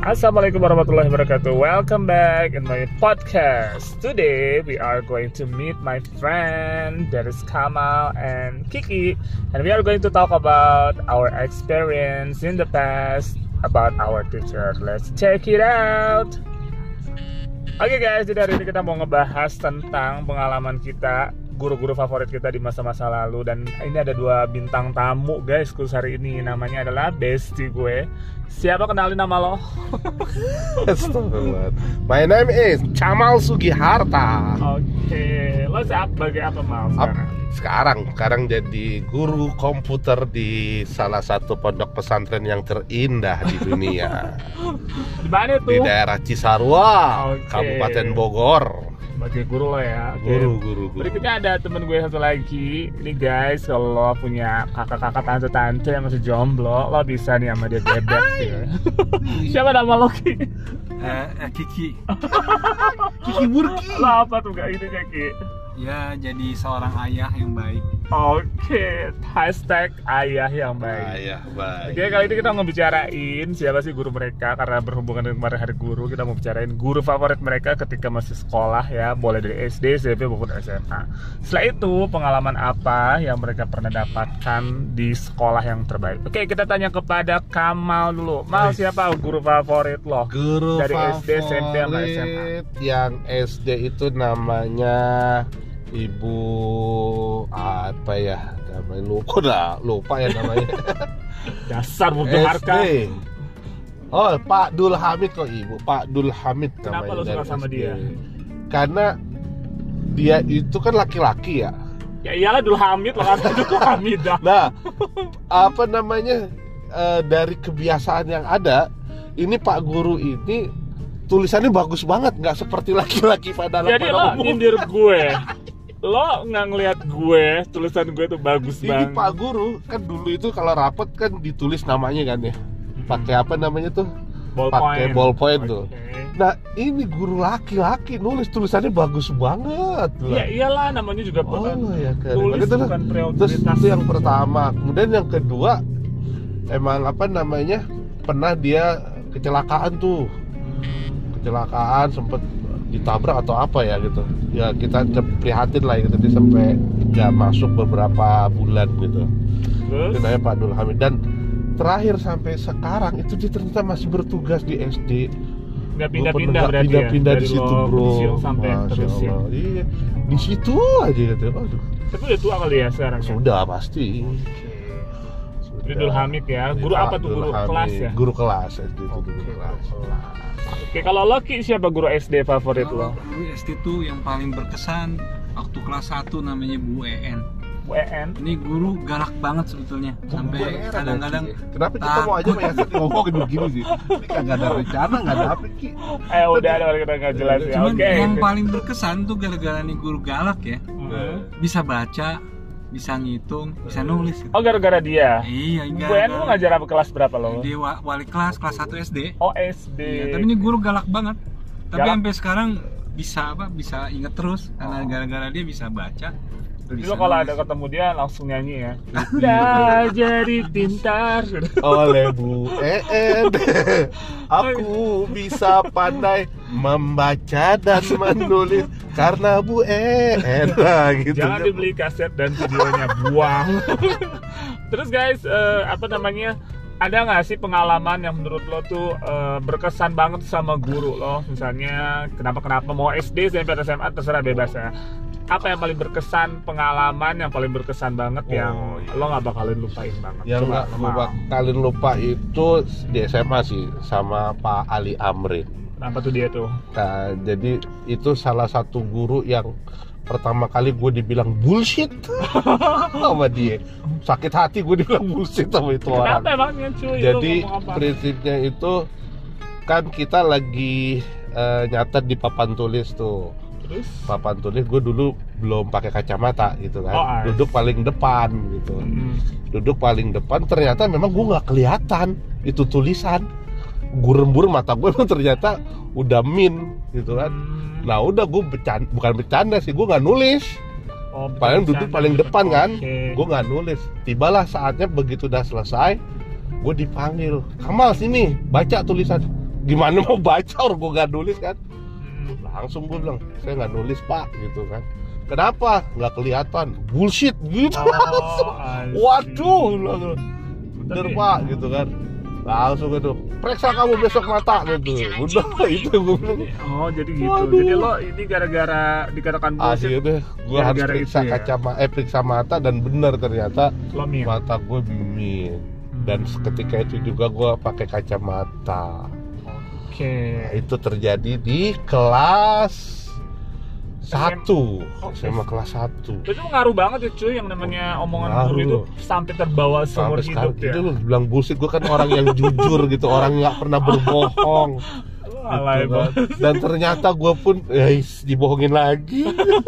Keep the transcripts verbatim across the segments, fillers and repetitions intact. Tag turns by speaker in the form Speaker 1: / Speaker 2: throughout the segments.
Speaker 1: Assalamualaikum warahmatullahi wabarakatuh. Welcome back in my podcast. Today we are going to meet my friend, that is Kamal and Kiki, and we are going to talk about our experience in the past about our teacher. Let's check it out. Oke okay guys, jadi hari ini kita mau ngebahas tentang pengalaman kita, guru-guru favorit kita di masa-masa lalu. Dan ini ada dua bintang tamu guys khusus hari ini. Namanya adalah bestie gue. Siapa, kenalin nama lo?
Speaker 2: My name is Kamal Sugiharta.
Speaker 1: Oke, okay. Lo sebagai apa Mal sekarang?
Speaker 2: Sekarang, sekarang jadi guru komputer di salah satu pondok pesantren yang terindah di dunia.
Speaker 1: Di mana tuh?
Speaker 2: Di daerah Cisarua,
Speaker 1: okay.
Speaker 2: Kabupaten Bogor.
Speaker 1: Sebagai guru lo ya. Okay.
Speaker 2: Guru, guru, guru.
Speaker 1: Berikutnya ada temen gue satu lagi. Ini guys, kalau lo punya kakak-kakak, tante-tante yang masih jomblo, lo bisa nih sama dia bebek ya. Siapa nama lo, Ki?
Speaker 3: Uh, uh, Kiki.
Speaker 1: Kiki Burki. Lo apa tuh gak ini Ki?
Speaker 3: Ya, jadi seorang ayah yang baik.
Speaker 1: Oke, okay. Hashtag ayah yang baik.
Speaker 2: Ayah baik.
Speaker 1: Oke, okay, kali ini kita mau bicarain siapa sih guru mereka. Karena berhubungan dengan kemarin hari guru, kita mau bicarain guru favorit mereka ketika masih sekolah ya. Boleh dari S D, S M P maupun S M A. Setelah itu, pengalaman apa yang mereka pernah dapatkan di sekolah yang terbaik. Oke, okay, kita tanya kepada Kamal dulu. Mal, siapa guru favorit lo?
Speaker 2: Guru
Speaker 1: dari
Speaker 2: favorit
Speaker 1: S D, S M P, sama S M A.
Speaker 2: Yang S D itu namanya Ibu apa ya namanya, lupa dah lupa ya namanya.
Speaker 1: Dasar bukan harga.
Speaker 2: Oh, Pak Dul Hamid kok Ibu, Pak Dul Hamid namanya.
Speaker 1: Kenapa lo suka sama S D? Dia?
Speaker 2: Karena dia itu kan laki-laki ya.
Speaker 1: Ya iyalah Dul Hamid lah kan. Dul Hamid dah.
Speaker 2: Nah, apa namanya, e, dari kebiasaan yang ada, ini Pak Guru ini tulisannya bagus banget, nggak seperti laki-laki pada
Speaker 1: Jadi lo nyindir gue. Lo nggak ngelihat gue, tulisan gue tuh bagus
Speaker 2: ini
Speaker 1: banget.
Speaker 2: Pak Guru kan dulu itu kalau rapet kan ditulis namanya kan ya, pakai apa namanya tuh, pakai ballpoint tuh. Nah ini guru laki-laki nulis tulisannya bagus banget.
Speaker 1: Ya iyalah, namanya juga
Speaker 2: oh, ya, kan.
Speaker 1: nulis
Speaker 2: itu,
Speaker 1: bukan prioritas.
Speaker 2: Terus itu yang pertama, kemudian yang kedua emang apa namanya, pernah dia kecelakaan tuh, kecelakaan sempet ditabrak atau apa ya gitu ya, kita prihatin lah gitu, dia sampai nggak masuk beberapa bulan gitu. Terus? Itu namanya Pak Dul Hamid. Dan terakhir sampai sekarang itu dia ternyata masih bertugas di S D.
Speaker 1: Nggak pindah-pindah berarti ya?
Speaker 2: Pindah-pindah di situ bro.
Speaker 1: Sampai terus ya?
Speaker 2: Iya, di situ aja gitu. Aduh.
Speaker 1: Tapi udah tua kali ya sekarang?
Speaker 2: Sudah pasti.
Speaker 1: Jadi Dul Hamid ya. Guru apa tuh? Guru kelas ya?
Speaker 2: Guru kelas S D itu,
Speaker 1: okay,
Speaker 2: guru kelas.
Speaker 1: Oke, kalau lo Ki, siapa guru S D favorit lo?
Speaker 3: Guru S D tuh yang paling berkesan waktu kelas satu namanya Bu E N.
Speaker 1: Bu E N? Ini
Speaker 3: guru galak banget sebetulnya. Sampai kadang-kadang
Speaker 2: kenapa kita mau aja banyak ngomongin begini sih? Ini kagak ada rencana, nggak ada apa Ki.
Speaker 1: Eh udah ada, kita nggak jelas ya.
Speaker 3: Cuman
Speaker 1: okay,
Speaker 3: yang
Speaker 1: okay.
Speaker 3: paling berkesan tuh gara-gara nih guru galak ya. Hmm. Bisa baca, bisa ngitung, bisa nulis gitu.
Speaker 1: Oh gara-gara dia?
Speaker 3: Iya,
Speaker 1: Bu E N lu ngajar apa, kelas berapa lo?
Speaker 3: Dia wali kelas, kelas satu S D.
Speaker 1: Oh S D.
Speaker 3: Iya, tapi ini guru galak banget. Tapi
Speaker 1: galak.
Speaker 3: sampai sekarang bisa apa? Bisa inget terus karena gara-gara dia bisa baca.
Speaker 1: Jadi lo kalau ada ketemu dia langsung nyanyi ya. Dah jadi pintar
Speaker 2: oleh Bu E N. Aku bisa pandai membaca dan menulis karena Bu E N. Nah, gitu.
Speaker 1: Jangan dibeli kaset dan videonya, buang. Terus guys, uh, apa namanya? Ada nggak sih pengalaman yang menurut lo tuh uh, berkesan banget sama guru lo? Misalnya kenapa-kenapa, mau S D, S M P, S M A, terserah bebas ya. Apa yang paling berkesan, pengalaman yang paling berkesan banget oh, yang iya. lo nggak bakalin lupain banget?
Speaker 2: Yang nggak bakalin lupa itu di S M A sih, sama Pak Ali Amrin.
Speaker 1: Kenapa tuh dia tuh?
Speaker 2: Nah, jadi itu salah satu guru yang pertama kali gue dibilang bullshit sama dia. Sakit hati gue dibilang bullshit sama itu
Speaker 1: Kenapa
Speaker 2: orang.
Speaker 1: Kenapa emangnya cuy?
Speaker 2: Jadi prinsipnya itu kan kita lagi uh, nyatet di papan tulis tuh. Terus? Papan tulis gue dulu belum pakai kacamata gitu kan. Oh, duduk paling depan gitu. Hmm. Duduk paling depan, ternyata memang gue nggak kelihatan itu tulisan. Gurem-gurem mata gue ternyata udah min gitu kan. Hmm. Nah udah gue bercanda, bukan bercanda sih, gue nggak nulis. Oh, paling duduk paling depan kan, okay. Gue nggak nulis. Tibalah saatnya begitu udah selesai, gue dipanggil, Kamal sini, baca tulisan. gimana mau baca orang gue nggak nulis kan. Langsung gue bilang, saya nggak nulis pak gitu kan. Kenapa? Nggak kelihatan. Bullshit gitu. Oh, waduh, bener pak gitu kan. Langsung gitu, periksa kamu besok mata gitu. Udah itu gue bilang.
Speaker 1: Oh jadi gitu. Waduh. Jadi lo ini gara-gara dikatakan bullshit.
Speaker 2: Akhirnya gue harus periksa ya? kacamata, eh periksa mata dan benar ternyata mata gue min. Dan seketika itu juga gue pakai kacamata.
Speaker 1: Oke. Okay.
Speaker 2: Nah, itu terjadi di kelas satu, sama kelas satu.
Speaker 1: Itu ngaruh banget ya cuy, yang namanya omongan guru itu sampai terbawa seumur hidup ya.
Speaker 2: Itu lu bilang bullshit, gue kan orang yang jujur gitu, orang yang gak pernah berbohong.
Speaker 1: Alay
Speaker 2: gitu, kan. Dan ternyata gue pun ya, dibohongin lagi.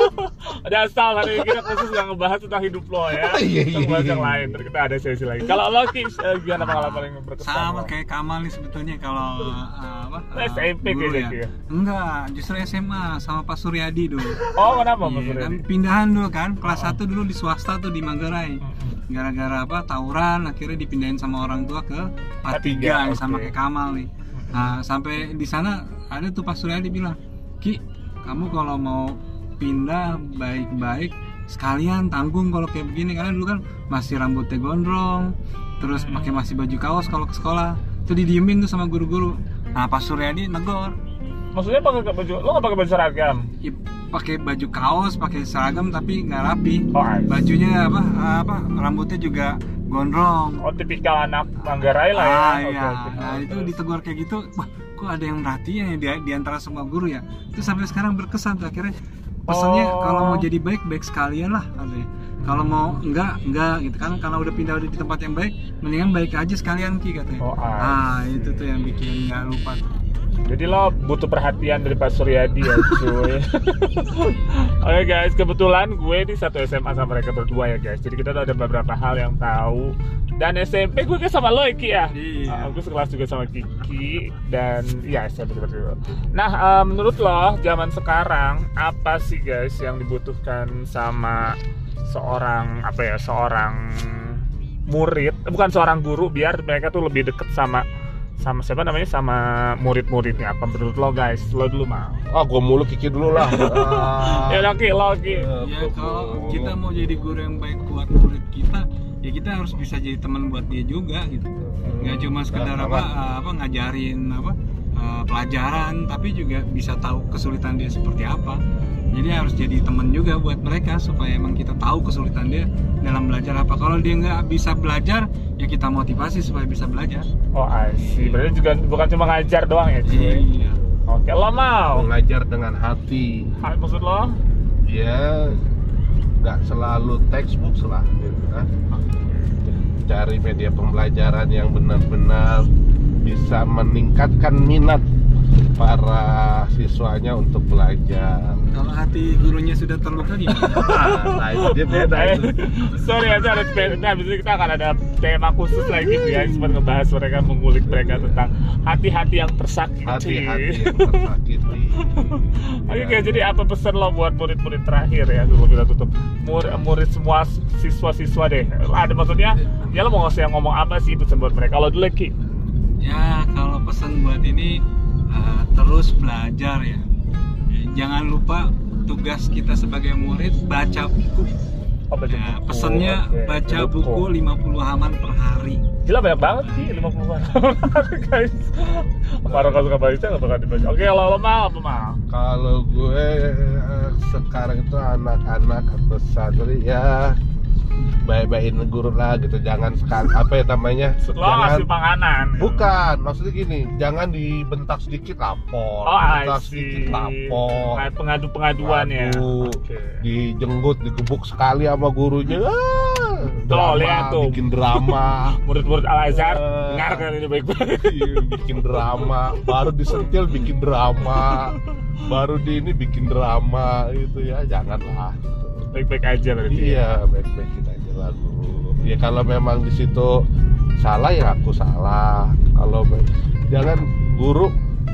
Speaker 1: Ada asal hari ini kita khusus gak ngebahas tentang hidup lo ya.
Speaker 2: Iya,
Speaker 1: kita bahas yang lain, terus kita ada sesi lagi. Kalau lo Ki, gimana pengalaman yang berkesan?
Speaker 3: Sama kayak Kamal nih sebetulnya kalau uh, apa? Uh,
Speaker 1: S M P kayaknya ya?
Speaker 3: Enggak, justru S M A sama Pak Suryadi dulu.
Speaker 1: Oh kenapa Pak
Speaker 3: Suryadi?
Speaker 1: Kan
Speaker 3: pindahan dulu kan, kelas oh. satu dulu di swasta tuh di Manggarai. Gara-gara apa? Tawuran, akhirnya dipindahin sama orang tua ke P tiga yang sama kayak Kamal nih. Nah, sampai di sana ada tuh Pak Suryadi bilang, Ki, kamu kalau mau pindah baik-baik sekalian tanggung kalau kayak begini, karena dulu kan masih rambutnya gondrong, terus hmm. pakai masih baju kaos kalau ke sekolah, tuh didiemin tuh sama guru-guru. Nah, Pak Suryadi negor.
Speaker 1: Maksudnya pakai baju, lo nggak pakai baju seragam?
Speaker 3: Ya, pakai baju kaos, pakai seragam tapi nggak rapi.
Speaker 1: Oh,
Speaker 3: bajunya apa? Apa? Rambutnya juga gondrong.
Speaker 1: Oh, tipikal anak Manggarai lah ya.
Speaker 3: Ah, iya. Okay. Nah, itu ditegur kayak gitu. Wah, kok ada yang merhatiin ya di, di antara semua guru ya. Itu sampai sekarang berkesan tuh akhirnya. Pesannya oh. kalau mau jadi baik, baik sekalian lah katanya. Kalau mau enggak, enggak gitu kan. Karena udah pindah udah di tempat yang baik, mendingan baik aja sekalian Ki katanya. Oh, ah, itu tuh yang bikin nggak lupa tuh.
Speaker 1: Jadi lo butuh perhatian dari Pak Suryadi ya cuy. Oke okay, guys, kebetulan gue di satu S M A sama mereka berdua ya guys. Jadi kita tuh ada beberapa hal yang tahu. Dan S M P gue kan sama lo ya Ki ya. Iya. Uh, gue sekelas juga sama Kiki. Dan ya S M P berdua. Nah uh, menurut lo zaman sekarang apa sih guys yang dibutuhkan sama seorang apa ya seorang murid, bukan seorang guru, biar mereka tuh lebih deket sama sama siapa namanya sama murid-muridnya. Apa menurut lo guys? Lo dulu mau?
Speaker 2: Ah, gua mulu Kiki dulu lah.
Speaker 1: Ya udah Ki, lo Ki.
Speaker 3: Ya kalau kita mau jadi guru yang baik buat murid kita, ya kita harus bisa jadi teman buat dia juga gitu. Nggak cuma sekedar apa apa ngajarin apa uh, pelajaran, tapi juga bisa tahu kesulitan dia seperti apa. Jadi harus jadi teman juga buat mereka supaya emang kita tahu kesulitan dia dalam belajar apa. Kalau dia nggak bisa belajar, ya kita motivasi supaya bisa belajar.
Speaker 1: Oh, I see. Berarti juga bukan cuma ngajar doang ya, cuy?
Speaker 3: Iya.
Speaker 1: Oke, lo mau?
Speaker 2: Mengajar dengan hati.
Speaker 1: Hati maksud lo?
Speaker 2: Ya, nggak selalu textbook lah, gitu kan. Cari media pembelajaran yang benar-benar bisa meningkatkan minat para siswanya untuk belajar.
Speaker 3: Kalau hati gurunya sudah terluka gimana?
Speaker 2: Nah, itu dia beda itu.
Speaker 1: Sorry aja ada nah, habis itu kita akan ada tema khusus lagi ya, sempat ngebahas mereka, mengulik mereka tentang hati-hati yang tersakiti.
Speaker 2: Hati-hati yang tersakiti.
Speaker 1: Oke, ya. Jadi apa pesan lo buat murid-murid terakhir ya sebelum kita tutup? Murid, murid semua siswa-siswa deh. Ada maksudnya, ya lo mau ngasih ngomong apa sih pesan buat mereka? Kalau dulu Ki.
Speaker 3: Ya, kalau pesan buat ini uh, terus belajar ya. Jangan lupa tugas kita sebagai murid baca buku.
Speaker 1: Oh, baca
Speaker 3: ya,
Speaker 1: buku.
Speaker 3: Pesannya okay. baca buku. buku lima puluh halaman per hari.
Speaker 1: Gila banyak banget sih lima puluh halaman guys. Baru kalau suka baca nggak bakal dibaca. Oke, kalau lo mau apa mau?
Speaker 2: Kalau gue sekarang itu anak-anak atau santri ya baik-baikin guru lah gitu, jangan sekali apa ya namanya
Speaker 1: lo ngasih panganan
Speaker 2: bukan, maksudnya gini, jangan dibentak sedikit lapor,
Speaker 1: oh,
Speaker 2: bentak sedikit lapor,
Speaker 1: pengadu-pengaduan ya,
Speaker 2: okay. Dijenggut, digebuk sekali sama gurunya, ah, drama,
Speaker 1: lihat tuh.
Speaker 2: Bikin drama,
Speaker 1: murid-murid Al-Azhar uh, ngar kan ini baik-baik,
Speaker 2: iya, bikin drama, baru disentil bikin drama, baru di ini bikin drama gitu ya, janganlah.
Speaker 1: Baik-baik aja berarti.
Speaker 2: Iya, baik-baik aja lalu. Ya kalau memang di situ salah ya aku salah. Kalau jangan guru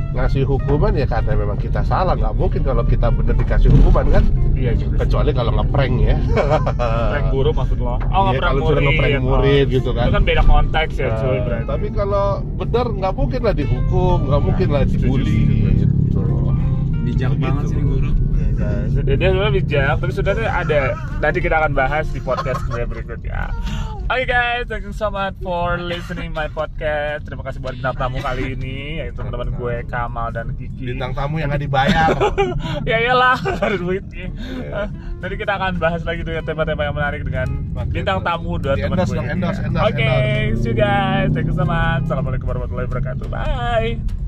Speaker 2: ngasih hukuman ya karena memang kita salah, nggak mungkin kalau kita bener dikasih hukuman kan.
Speaker 1: Iya juga.
Speaker 2: Kecuali kalau ngeprank ya.
Speaker 1: Prank guru maksud lo? Oh,
Speaker 2: iya, kalau sudah ngeprank murid oh. gitu kan.
Speaker 1: Itu kan beda konteks ya
Speaker 2: nah,
Speaker 1: cuy berarti.
Speaker 2: Tapi kalau bener nggak mungkin lah dihukum, nggak mungkin lah dibully gitu.
Speaker 3: Bijak
Speaker 2: begitu.
Speaker 3: Banget sih guru.
Speaker 1: Sudah dia sudah bijak, tapi sudah ada. Nanti kita akan bahas di podcast gue berikutnya. Oke okay guys, thank you so much for listening my podcast. Terima kasih buat bintang tamu kali ini, yaitu teman-teman gue Kamal dan Kiki.
Speaker 2: Bintang tamu yang nggak dibayar.
Speaker 1: Ya iyalah, harus duitnya. Yeah. Nanti kita akan bahas lagi dengan tema-tema yang menarik dengan bintang tamu dua teman gue.
Speaker 2: Oke,
Speaker 1: okay, see you guys. Thank you so much. Assalamualaikum warahmatullahi wabarakatuh. Bye.